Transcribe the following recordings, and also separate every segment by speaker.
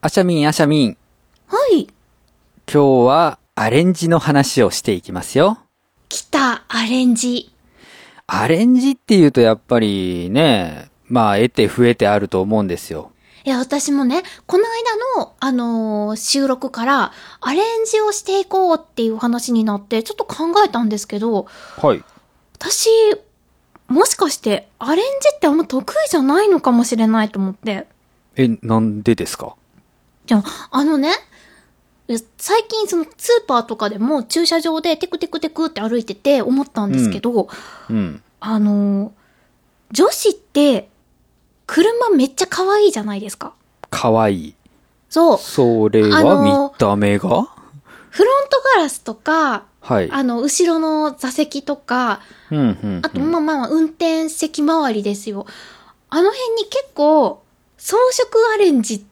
Speaker 1: アシャミン、アシャミン。
Speaker 2: はい。
Speaker 1: 今日はアレンジの話をしていきますよ。
Speaker 2: 来た、アレンジ。
Speaker 1: アレンジっていうとやっぱりね、まあ得て増えてあると思うんですよ。
Speaker 2: いや、私もね、この間の、収録からアレンジをしていこうっていう話になってちょっと考えたんですけど、
Speaker 1: はい。
Speaker 2: 私、もしかしてアレンジってあんま得意じゃないのかもしれないと思って。
Speaker 1: なんでですか？
Speaker 2: じゃあ、最近そのスーパーとかでも駐車場でテクテクテクって歩いてて思ったんですけど、
Speaker 1: うん。
Speaker 2: 女子って車めっちゃ可愛いじゃないですか。
Speaker 1: かわいい。
Speaker 2: そう。
Speaker 1: それは見た目が？
Speaker 2: フロントガラスとか、
Speaker 1: はい。
Speaker 2: 後ろの座席とか、あと、運転席周りですよ。あの辺に結構、装飾アレンジって、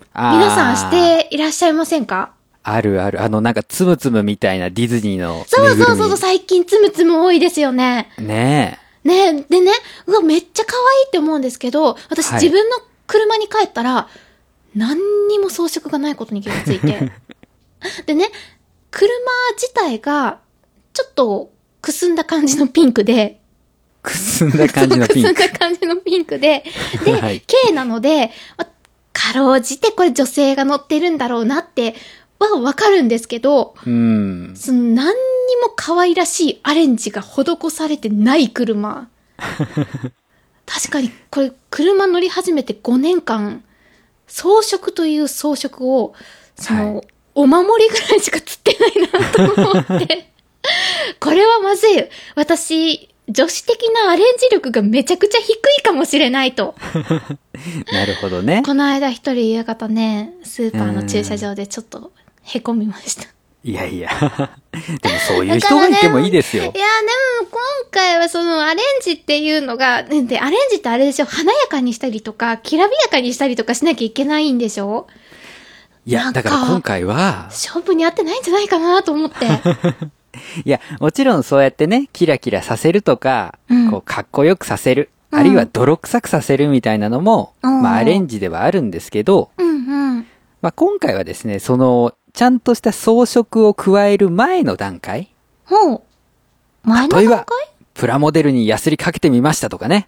Speaker 2: 皆さんしていらっしゃいませんか？
Speaker 1: あるある。なんかつむつむみたいなディズニーのぬいぐるみ。
Speaker 2: そう、最近つむつむ多いですよね。
Speaker 1: ね
Speaker 2: え。ねえ、でね、うわ、めっちゃ可愛いって思うんですけど、私、自分の車に帰ったら、何にも装飾がないことに気がついて。でね、車自体が、ちょっと、くすんだ感じのピンクで、
Speaker 1: くすんだ感じのピンク。
Speaker 2: くすんだ感じのピンクで、で、
Speaker 1: はい、
Speaker 2: 軽なので、かろうじてこれ女性が乗ってるんだろうなってはわかるんですけど、その何にも可愛らしいアレンジが施されてない車。確かにこれ車乗り始めて5年間、装飾という装飾を、お守りぐらいしかつってないなと思って。これはまずい。私、女子的なアレンジ力がめちゃくちゃ低いかもしれないと。
Speaker 1: なるほどね。
Speaker 2: この間一人夕方ね、スーパーの駐車場でちょっと凹みました。
Speaker 1: いやいや。でもそういう人がいてもいいですよ。
Speaker 2: いや、でも今回はそのアレンジっていうのが、で、アレンジってあれでしょ、華やかにしたりとか、きらびやかにしたりとかしなきゃいけないんでしょ？
Speaker 1: いや、だから今回は、
Speaker 2: 勝負に合ってないんじゃないかなと思って。
Speaker 1: いや、もちろんそうやってね、キラキラさせるとか、こう、かっこよくさせる、あるいは泥臭くさせるみたいなのも、まあ、アレンジではあるんですけど、まあ、今回はですね、ちゃんとした装飾を加える前の段階。
Speaker 2: 前の段階？
Speaker 1: 例えば、プラモデルにヤスリかけてみましたとかね。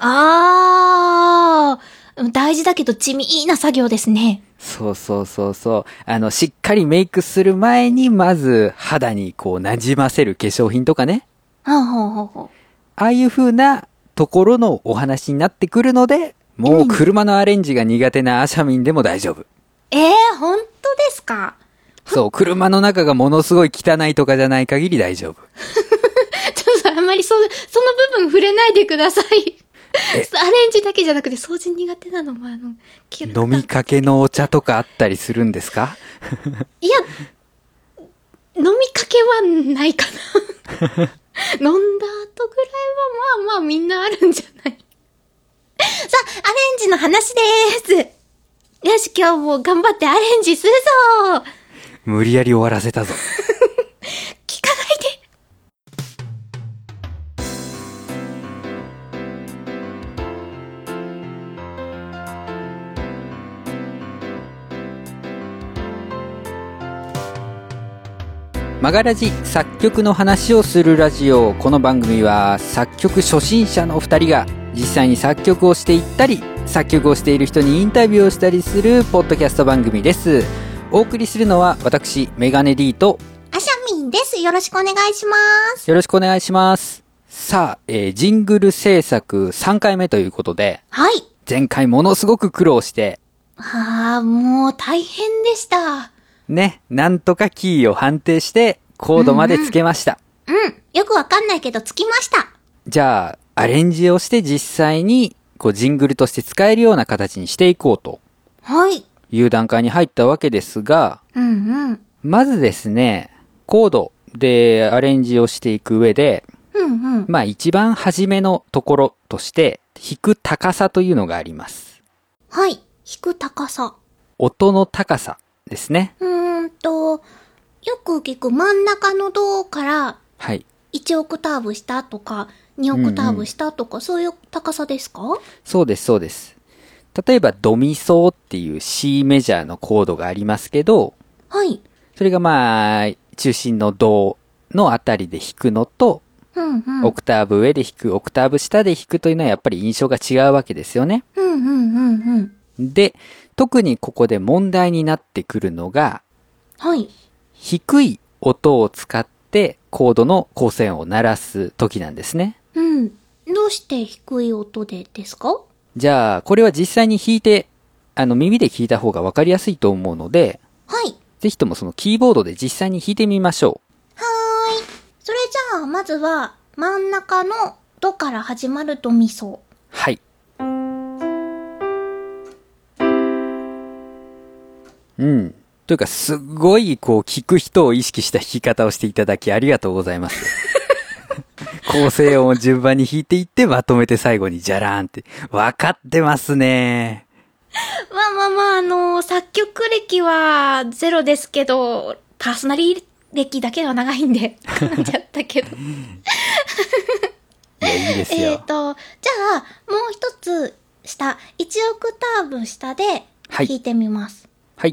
Speaker 2: 大事だけど地味な作業ですね。
Speaker 1: そう。しっかりメイクする前に、まず肌にこう馴染ませる化粧品とかね。ああいう風なところのお話になってくるので、もう車のアレンジが苦手なアシャミンでも大丈夫。
Speaker 2: 本当ですか？
Speaker 1: そう、車の中がものすごい汚いとかじゃない限り大丈夫。
Speaker 2: ちょっとあんまりその部分触れないでください。アレンジだけじゃなくて掃除苦手なのも
Speaker 1: 飲みかけのお茶とかあったりするんですか？
Speaker 2: いや、飲みかけはないかな。飲んだ後ぐらいはまあみんなあるんじゃない？さあ、アレンジの話です。よし、今日も頑張ってアレンジするぞ。
Speaker 1: 無理やり終わらせたぞ。
Speaker 2: 聞かないで。
Speaker 1: マガラジ作曲の話をするラジオ。この番組は作曲初心者の2人が実際に作曲をしていったり、作曲をしている人にインタビューをしたりするポッドキャスト番組です。お送りするのは私メガネ D と
Speaker 2: アシャミンです。よろしくお願いします。
Speaker 1: よろしくお願いします。さあ、ジングル制作3回目ということで、
Speaker 2: はい。
Speaker 1: 前回ものすごく苦労して、
Speaker 2: もう大変でした。
Speaker 1: ね、なんとかキーを判定してコードまでつけました。
Speaker 2: よくわかんないけどつきました。
Speaker 1: じゃあ、アレンジをして実際にこうジングルとして使えるような形にしていこうと。
Speaker 2: はい。
Speaker 1: いう段階に入ったわけですが、まずですね、コードでアレンジをしていく上で、まあ一番初めのところとして、弾く高さというのがあります。
Speaker 2: はい。弾く高さ。
Speaker 1: 音の高さですね。
Speaker 2: よく聞く真ん中のドから、
Speaker 1: はい。
Speaker 2: 1オクターブ下とか、2オクターブ下とか、そういう高さですか？
Speaker 1: そうです。 例えばドミソっていう C メジャーのコードがありますけど、
Speaker 2: はい。
Speaker 1: それがまあ、中心のドのあたりで弾くのと、
Speaker 2: うんうん。
Speaker 1: オクターブ上で弾く、オクターブ下で弾くというのはやっぱり印象が違うわけですよね。
Speaker 2: うんうんうんうん。
Speaker 1: で、特にここで問題になってくるのが、
Speaker 2: はい。
Speaker 1: 低い音を使ってコードの構成音を鳴らす時なんですね。
Speaker 2: うん。どうして低い音でですか？
Speaker 1: じゃあ、これは実際に弾いて、耳で聞いた方がわかりやすいと思うので、
Speaker 2: はい。
Speaker 1: ぜひともそのキーボードで実際に弾いてみましょ
Speaker 2: はーい。それじゃあ、まずは、真ん中のドから始まるドミソ。
Speaker 1: う。はい。うん。というか、すごい、聞く人を意識した弾き方をしていただきありがとうございます。構成音を順番に弾いていって、まとめて最後にジャラーンって。わかってますね。
Speaker 2: 作曲歴はゼロですけど、パーソナリ歴だけは長いんで、噛んじゃったけど。
Speaker 1: いや、いいですよ。
Speaker 2: じゃあ、もう一つ下、1オクターブ下で弾いてみます。
Speaker 1: はい。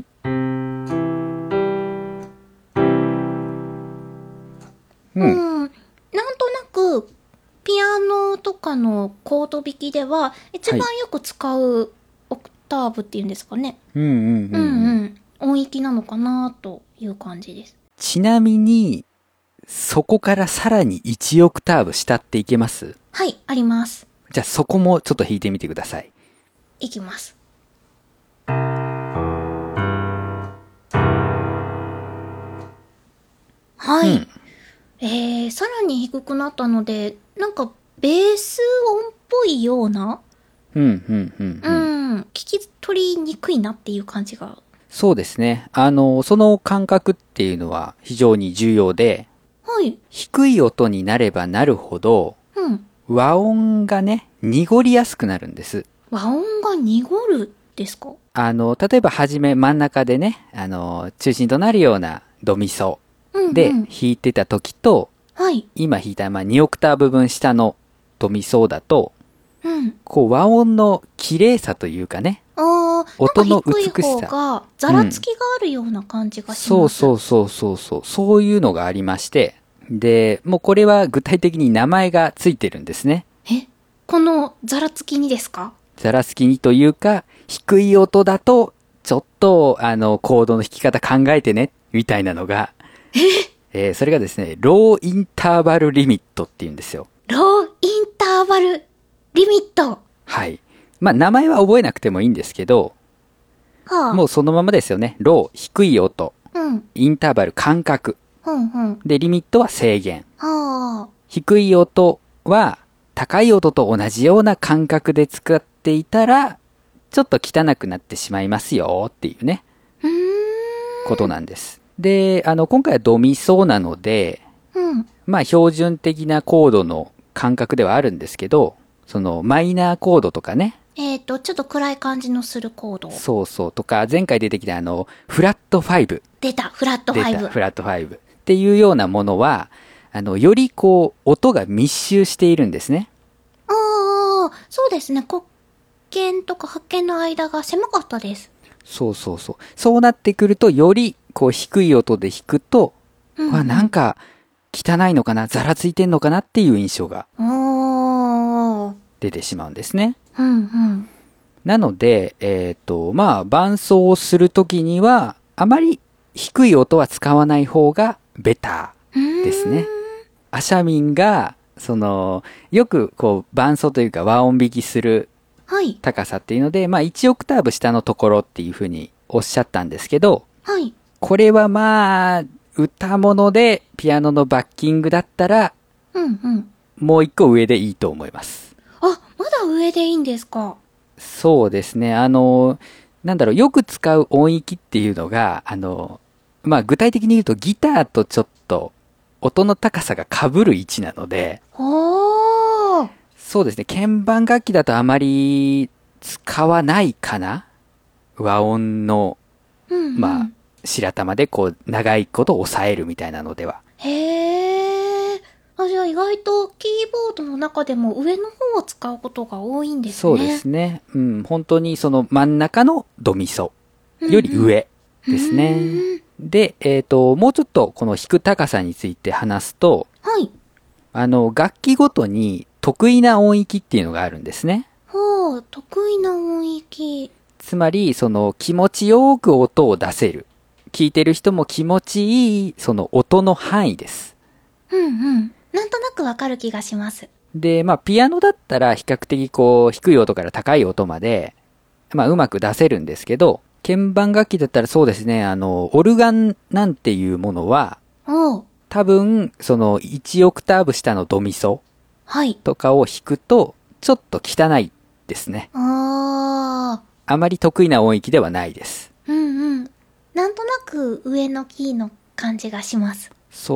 Speaker 2: なんとなく、ピアノとかのコード弾きでは、一番よく使うオクターブっていうんですかね。音域なのかなという感じです。
Speaker 1: ちなみに、そこからさらに1オクターブ下っていけます？
Speaker 2: はい、あります。
Speaker 1: じゃあそこもちょっと弾いてみてください。
Speaker 2: いきます。はい。さらに低くなったので、なんかベース音っぽいような、聞き取りにくいなっていう感じが。
Speaker 1: そうですね。その感覚っていうのは非常に重要で、
Speaker 2: はい。
Speaker 1: 低い音になればなるほど、和音がね、濁りやすくなるんです。
Speaker 2: 和音が濁るですか？
Speaker 1: 例えばはじめ真ん中でね、中心となるようなドミソで弾いてた時と、
Speaker 2: はい。
Speaker 1: 今弾いた2オクターブ分下のドミソだと、和音の綺麗さというかね、音の美しさ。
Speaker 2: 低い方がざらつきがあるような感じがします。
Speaker 1: そういうのがありまして、で、もうこれは具体的に名前がついてるんですね。
Speaker 2: このざらつきにですか？
Speaker 1: ざらつきにというか、低い音だと、ちょっと、コードの弾き方考えてね、みたいなのが、それがですね、ローインターバルリミットって言うんですよ。
Speaker 2: ローインターバルリミット。
Speaker 1: はい。まあ、名前は覚えなくてもいいんですけど、もうそのままですよね。ロー、低い音。インターバル、間隔。で、リミットは制限。低い音は、高い音と同じような感覚で使っていたら、ちょっと汚くなってしまいますよっていうね、ことなんです。で、今回はドミソなので、まあ標準的なコードの感覚ではあるんですけど、そのマイナーコードとかね。
Speaker 2: ちょっと暗い感じのするコード。
Speaker 1: そうとか、前回出てきたフラット5。
Speaker 2: 出た、フラット5。
Speaker 1: フラット5。っていうようなものは、より音が密集しているんですね。
Speaker 2: そうですね。黒鍵とか白鍵の間が狭かったです。
Speaker 1: そう。そうなってくると、より、低い音で弾くと、なんか、汚いのかな、ざらついてんのかなっていう印象が、出てしまうんですね。なので、まあ、伴奏をするときには、あまり低い音は使わない方がベターですね。アシャミンが、よく伴奏というか和音弾きする高さっていうので、まあ1オクターブ下のところっていうふうにおっしゃったんですけど、これはまあ、歌物でピアノのバッキングだったら、もう一個上でいいと思います。
Speaker 2: まだ上でいいんですか？
Speaker 1: そうですね。よく使う音域っていうのが、まあ具体的に言うとギターとちょっと音の高さが被る位置なので、そうですね。鍵盤楽器だとあまり使わないかな？和音の、まあ、白玉で長いこと抑えるみたいなのでは。
Speaker 2: じゃあ意外とキーボードの中でも上の方を使うことが多いんですね。
Speaker 1: そうですね。本当にその真ん中のドミソより上ですね。で、もうちょっとこの弾く高さについて話すと、
Speaker 2: はい。
Speaker 1: 楽器ごとに得意な音域っていうのがあるんですね。
Speaker 2: 得意な音域。
Speaker 1: つまり、その気持ちよく音を出せる。聴いてる人も気持ちいい、その音の範囲です。
Speaker 2: なんとなくわかる気がします。
Speaker 1: で、ピアノだったら比較的こう、低い音から高い音まで、うまく出せるんですけど、鍵盤楽器だったらそうですね、オルガンなんていうものは、多分、その1オクターブ下のドミソとかを弾くと、ちょっと汚いですね。あまり得意な音域ではないです。
Speaker 2: なんとなく上のキーの感じがします。
Speaker 1: そう。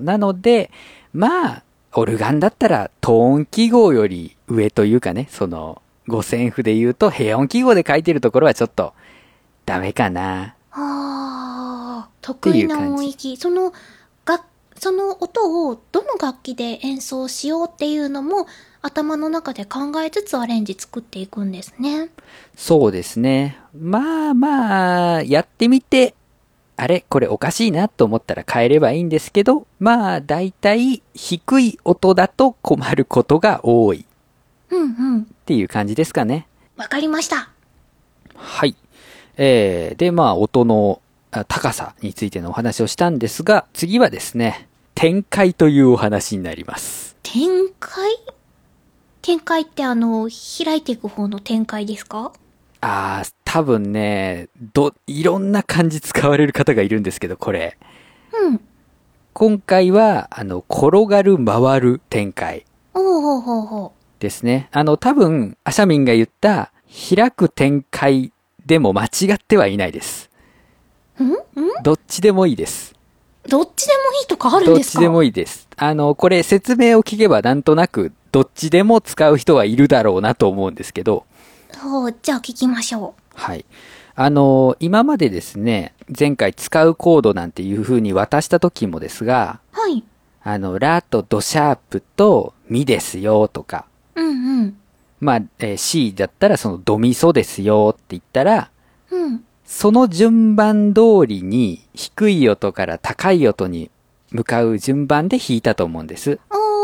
Speaker 1: なので、オルガンだったらトーン記号より上というかね、その五線譜で言うと平音記号で書いてるところはちょっとダメかな。
Speaker 2: 得意な音域。その音をどの楽器で演奏しようっていうのも頭の中で考えつつアレンジ作っていくんですね。
Speaker 1: そうですね。やってみて、あれこれおかしいなと思ったら変えればいいんですけど、だいたい低い音だと困ることが多い。っていう感じですかね。
Speaker 2: わかりました。
Speaker 1: はい。で、音の高さについてのお話をしたんですが、次はですね、展開というお話になります。
Speaker 2: 展開って開いていく方の展開ですか？
Speaker 1: 多分ね、いろんな漢字使われる方がいるんですけど、これ。今回は、転がる、回る展開。ですね。多分、アシャミンが言った、開く展開でも間違ってはいないです。どっちでもいいです。
Speaker 2: どっちでもいいとかあるんですか？
Speaker 1: どっちでもいいです。これ説明を聞けばなんとなく、どっちでも使う人はいるだろうなと思うんですけど。
Speaker 2: じゃあ聞きましょう。
Speaker 1: はい。今までですね、前回使うコードなんていう風に渡した時もですが、ラとドシャープとミですよとか、C だったらそのドミソですよって言ったら、その順番通りに低い音から高い音に向かう順番で弾いたと思うんです。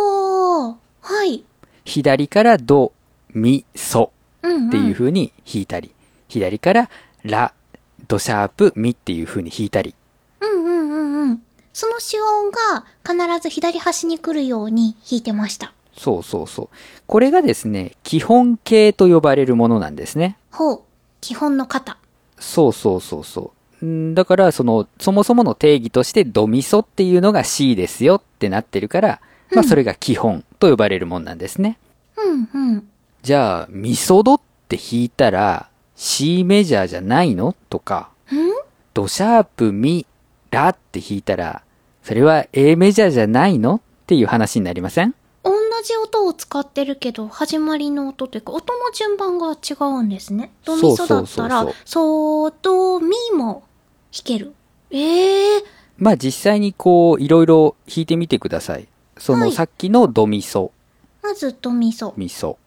Speaker 1: 左からド、ミ、ソっていう風に弾いたり、左からラ、ドシャープ、ミっていう風に弾いたり。
Speaker 2: その主音が必ず左端に来るように弾いてました。
Speaker 1: そう。これがですね、基本形と呼ばれるものなんですね。
Speaker 2: 基本の型。
Speaker 1: そう。だから、そもそもの定義としてドミソっていうのが C ですよってなってるから、それが基本と呼ばれるもんなんですね。じゃあ、ミソドって弾いたら C メジャーじゃないのとか、ドシャープ、ミ、ラって弾いたら、それは A メジャーじゃないのっていう話になりません？
Speaker 2: 同じ音を使ってるけど、始まりの音というか、音の順番が違うんですね。ドミソだったら、ソ、ド、ミも弾ける。
Speaker 1: 実際にこう、いろいろ弾いてみてください。さっきのドミソ。
Speaker 2: まずドミソ。
Speaker 1: ドミソ。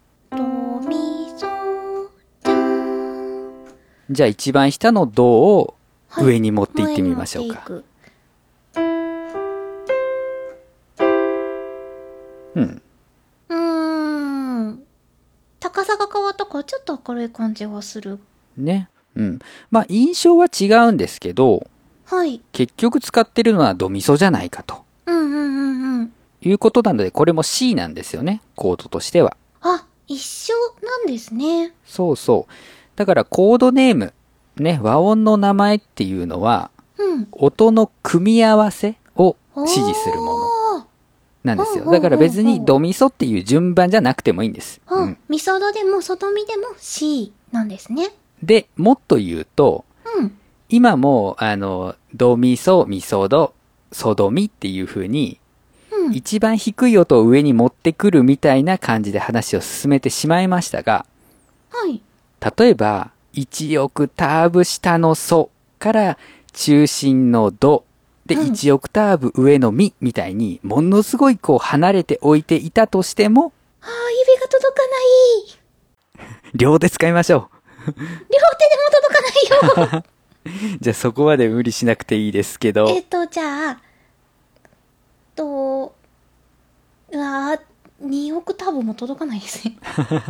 Speaker 2: じゃん。
Speaker 1: じゃあ一番下のドを上に持っていってみましょうか。
Speaker 2: 高さが変わったからちょっと明るい感じがする。
Speaker 1: ね。印象は違うんですけど、結局使ってるのはドミソじゃないかと。いうことなので、これも C なんですよね。コードとしては。
Speaker 2: 一緒なんですね。
Speaker 1: そう。だからコードネーム、ね、和音の名前っていうのは、音の組み合わせを指示するものなんですよ。だから別にドミソっていう順番じゃなくてもいいんです。
Speaker 2: ミソドでもソドミでも C なんですね。
Speaker 1: で、もっと言うと、今も、ドミソ、ミソド、ソドミっていう風に、一番低い音を上に持ってくるみたいな感じで話を進めてしまいましたが、例えば、1オクターブ下のソから中心のド、 で、1オクターブ上のミみたいに、ものすごいこう離れておいていたとしても、
Speaker 2: 指が届かない。
Speaker 1: 両手使いましょ
Speaker 2: う。両手でも届かないよ。
Speaker 1: じゃあそこまで無理しなくていいですけど。
Speaker 2: じゃあ、2オクターブも届かないですね。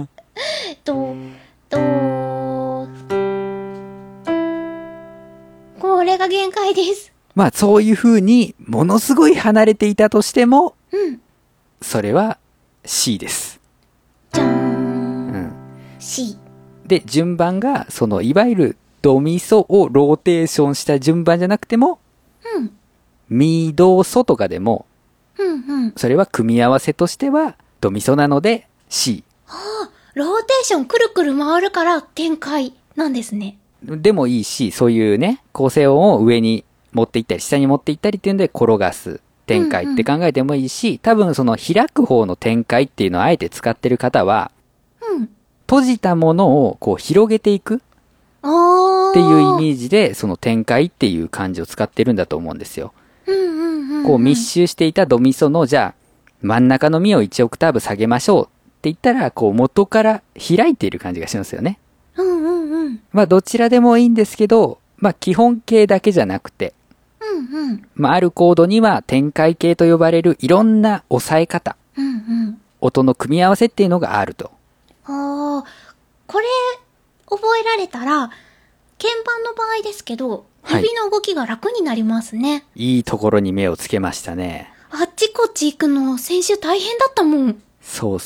Speaker 2: これが限界です。
Speaker 1: まあそういう風にものすごい離れていたとしても、それは C です。
Speaker 2: じゃーん。C。
Speaker 1: で、順番がそのいわゆるドミソをローテーションした順番じゃなくても、ミドソとかでも、それは組み合わせとしてはドミソなので C。
Speaker 2: ローテーションくるくる回るから展開なんですね。
Speaker 1: でもいいし、そういうね、構成音を上に持っていったり、下に持っていったりっていうんで転がす展開って考えてもいいし、多分その開く方の展開っていうのをあえて使ってる方は、閉じたものをこう広げていくっていうイメージで、その展開っていう漢字を使ってるんだと思うんですよ。こう密集していたドミソの、じゃあ真ん中のミを1オクターブ下げましょうって言ったら、こう元から開いている感じがしますよね。まあどちらでもいいんですけど、まあ基本形だけじゃなくて、まああるコードには展開形と呼ばれるいろんな押さえ方、音の組み合わせっていうのがあると。
Speaker 2: これ覚えられたら、鍵盤の場合ですけど、指の動きが楽になりますね。
Speaker 1: いいところに目をつけましたね。
Speaker 2: あっちこっち行くの先週大変だったもん。
Speaker 1: そう。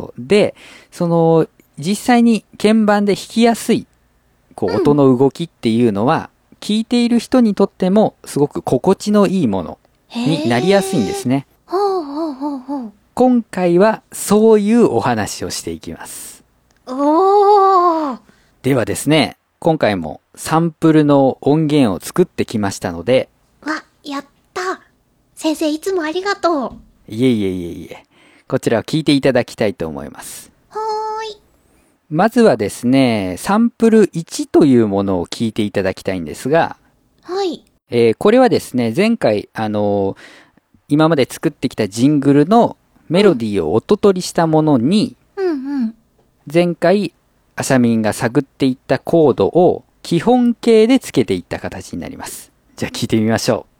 Speaker 1: で、実際に鍵盤で弾きやすい、音の動きっていうのは、聴いている人にとってもすごく心地のいいものになりやすいんですね。今回はそういうお話をしていきます。ではですね、今回もサンプルの音源を作ってきましたので。
Speaker 2: やった。先生いつもありがとう。
Speaker 1: いえ。こちらを聞いていただきたいと思います。まずはですね、サンプル1というものを聞いていただきたいんですが、これはですね、前回、今まで作ってきたジングルのメロディーを音取りしたものに、前回、アシャミンが探っていったコードを基本形でつけていった形になります。じゃあ聞いてみましょう。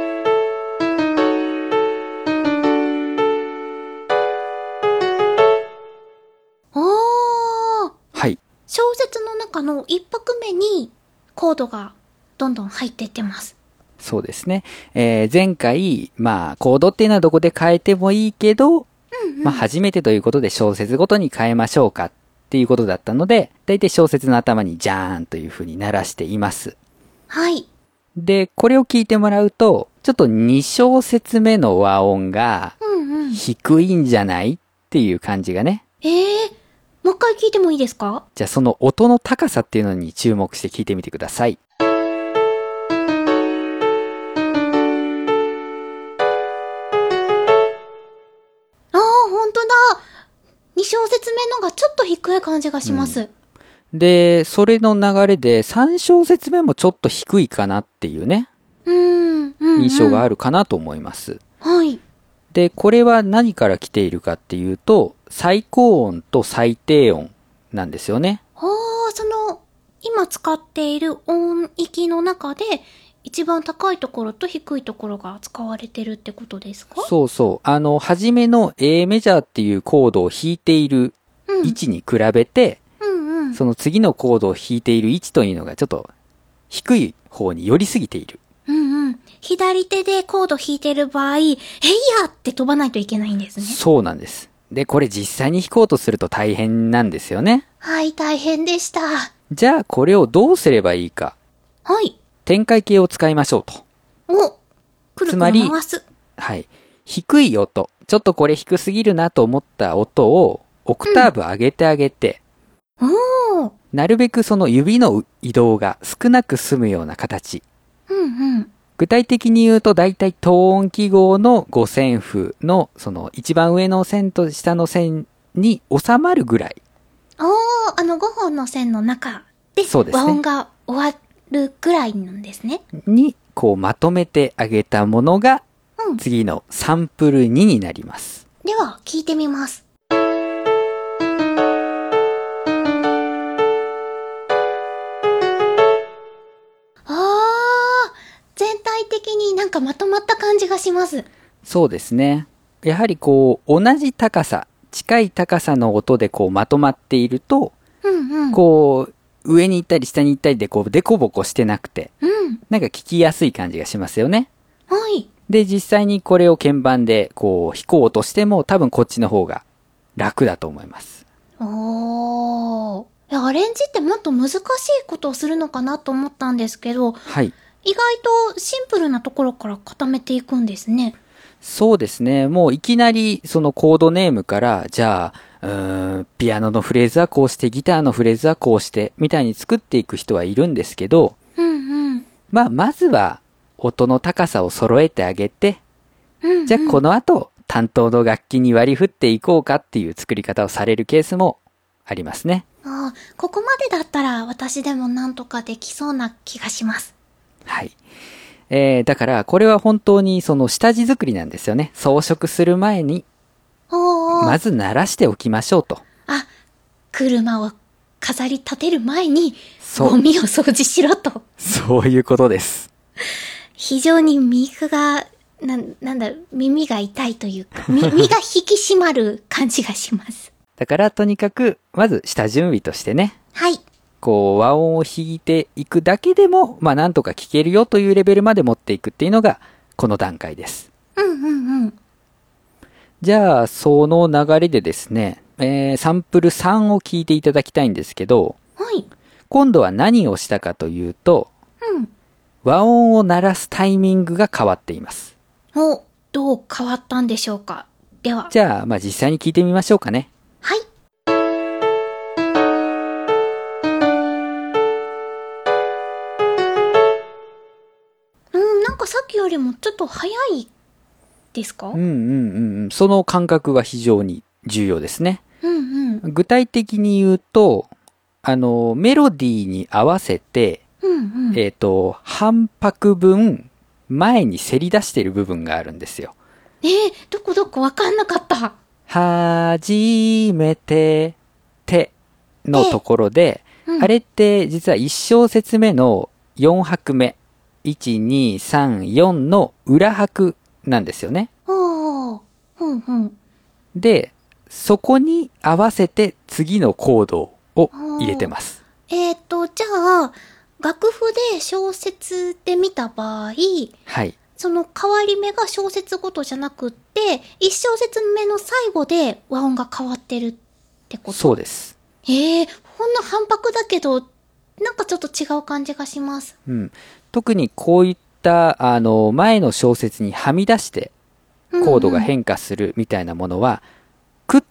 Speaker 2: 小説の中の一拍目にコードがどんどん入っていってます。
Speaker 1: そうですね。前回、まあ、コードっていうのはどこで変えてもいいけど、まあ、初めてということで小説ごとに変えましょうかっていうことだったので、だいたい小説の頭にジャーンという風に鳴らしています。で、これを聞いてもらうと、ちょっと2小節目の和音が、低いんじゃないっていう感じがね。
Speaker 2: もう一回聞いてもいいですか？
Speaker 1: じゃあその音の高さっていうのに注目して聞いてみてください。
Speaker 2: 本当だ。2小節目のがちょっと低い感じがします。
Speaker 1: で、それの流れで3小節目もちょっと低いかなっていうね。印象があるかなと思います。で、これは何から来ているかっていうと、最高音と最低音なんですよね。
Speaker 2: 今使っている音域の中で、一番高いところと低いところが使われてるってことですか？
Speaker 1: そう。初めの A メジャーっていうコードを弾いている位置に比べて、その次のコードを弾いている位置というのがちょっと低い方に寄りすぎている。
Speaker 2: 左手でコード弾いてる場合、へいやって飛ばないといけないんですね。
Speaker 1: そうなんです。で、これ実際に弾こうとすると大変なんですよね。
Speaker 2: 大変でした。
Speaker 1: じゃあこれをどうすればいいか。展開形を使いましょうと。
Speaker 2: くるくる回す。
Speaker 1: 低い音。ちょっとこれ低すぎるなと思った音をオクターブ上げてあげて、なるべくその指の移動が少なく済むような形。具体的に言うと大体等音記号の五線譜のその一番上の線と下の線に収まるぐらい。
Speaker 2: 5本の線の中で和音が終わるぐらいなんですね。
Speaker 1: にこうまとめてあげたものが、次のサンプル2になります。
Speaker 2: では、聞いてみます。全体的になんかまとまった感じがします。
Speaker 1: そうですね。やはりこう、同じ高さ、近い高さの音でこうまとまっていると、こう、上に行ったり下に行ったりでこう、デコボコしてなくて、なんか聞きやすい感じがしますよね。
Speaker 2: はい。
Speaker 1: で、実際にこれを鍵盤でこう、弾こうとしても多分こっちの方が楽だと思います。
Speaker 2: アレンジってもっと難しいことをするのかなと思ったんですけど、
Speaker 1: はい。
Speaker 2: 意外とシンプルなところから固めていくんですね。
Speaker 1: そうですね。もういきなりそのコードネームから、じゃあ、ピアノのフレーズはこうして、ギターのフレーズはこうして、みたいに作っていく人はいるんですけど、まずは音の高さを揃えてあげて、じゃあこの後、担当の楽器に割り振っていこうかっていう作り方をされるケースもありますね。
Speaker 2: ここまでだったら私でもなんとかできそうな気がします。
Speaker 1: はい。だからこれは本当にその下地作りなんですよね。装飾する前に、まず鳴らしておきましょうと。
Speaker 2: 車を飾り立てる前に、ゴミを掃除しろと。
Speaker 1: そういうことです。
Speaker 2: 非常に耳が痛いというか、耳が引き締まる感じがします。
Speaker 1: だからとにかく、まず下準備としてね。
Speaker 2: はい。
Speaker 1: こう、和音を弾いていくだけでも、なんとか聴けるよというレベルまで持っていくっていうのが、この段階です。じゃあ、その流れでですね、サンプル3を聞いていただきたいんですけど、
Speaker 2: はい。
Speaker 1: 今度は何をしたかというと、和音を鳴らすタイミングが変わっています。
Speaker 2: どう変わったんでしょうか。では。
Speaker 1: じゃあ、実際に聞いてみましょうかね。
Speaker 2: はい。なんかさっきよりもちょっと早いですか？
Speaker 1: その感覚が非常に重要ですね。具体的に言うと、メロディーに合わせて、半拍分前にせり出している部分があるんですよ。
Speaker 2: どこわかんなかった。
Speaker 1: はじめて、てのところで、あれって実は1小節目の4拍目、1、2、3、4の裏拍なんですよね。で、そこに合わせて次のコードを入れてます。
Speaker 2: じゃあ、楽譜で小節で見た場合、
Speaker 1: はい。
Speaker 2: その変わり目が小節ごとじゃなくって、一小節目の最後で和音が変わってるってこと？
Speaker 1: そうです。
Speaker 2: ほんの半拍だけど、なんかちょっと違う感じがします。
Speaker 1: 特にこういった、前の小節にはみ出して、コードが変化するみたいなものは、食った、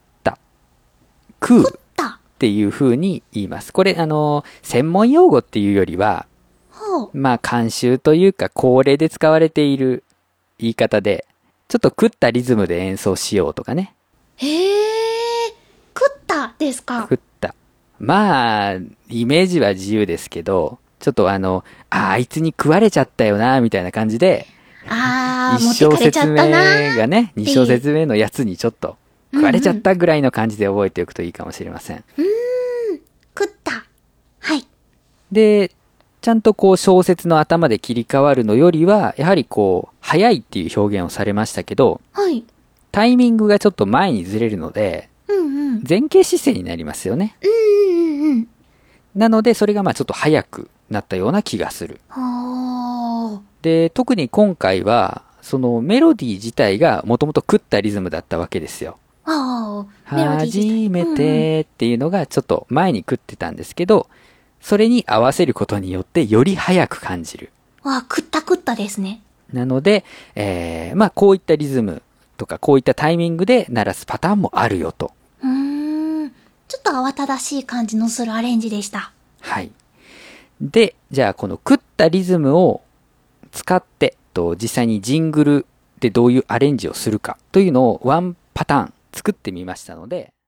Speaker 1: 食うっていう風に言います。これ、専門用語っていうよりは、慣習というか恒例で使われている言い方で、ちょっと食ったリズムで演奏しようとかね。
Speaker 2: 食ったですか？
Speaker 1: 食った。イメージは自由ですけど、ちょっとあいつに食われちゃったよな、みたいな感じで、一小節目がね、二小節目のやつにちょっと食われちゃったぐらいの感じで覚えておくといいかもしれません。
Speaker 2: 食った。はい。
Speaker 1: で、ちゃんとこう小節の頭で切り替わるのよりは、やはりこう、早いっていう表現をされましたけど、タイミングがちょっと前にずれるので、前傾姿勢になりますよね。なので、それがちょっと早くなったような気がする。で、特に今回は、そのメロディー自体がもともと食ったリズムだったわけですよ。はじめてっていうのがちょっと前に食ってたんですけど、それに合わせることによってより早く感じる。
Speaker 2: 食ったですね。
Speaker 1: なので、こういったリズムとかこういったタイミングで鳴らすパターンもあるよと。
Speaker 2: ちょっと慌ただしい感じのするアレンジでした。
Speaker 1: はい。で、じゃあこの食ったリズムを使って、実際にジングルでどういうアレンジをするかというのをワンパターン作ってみましたので、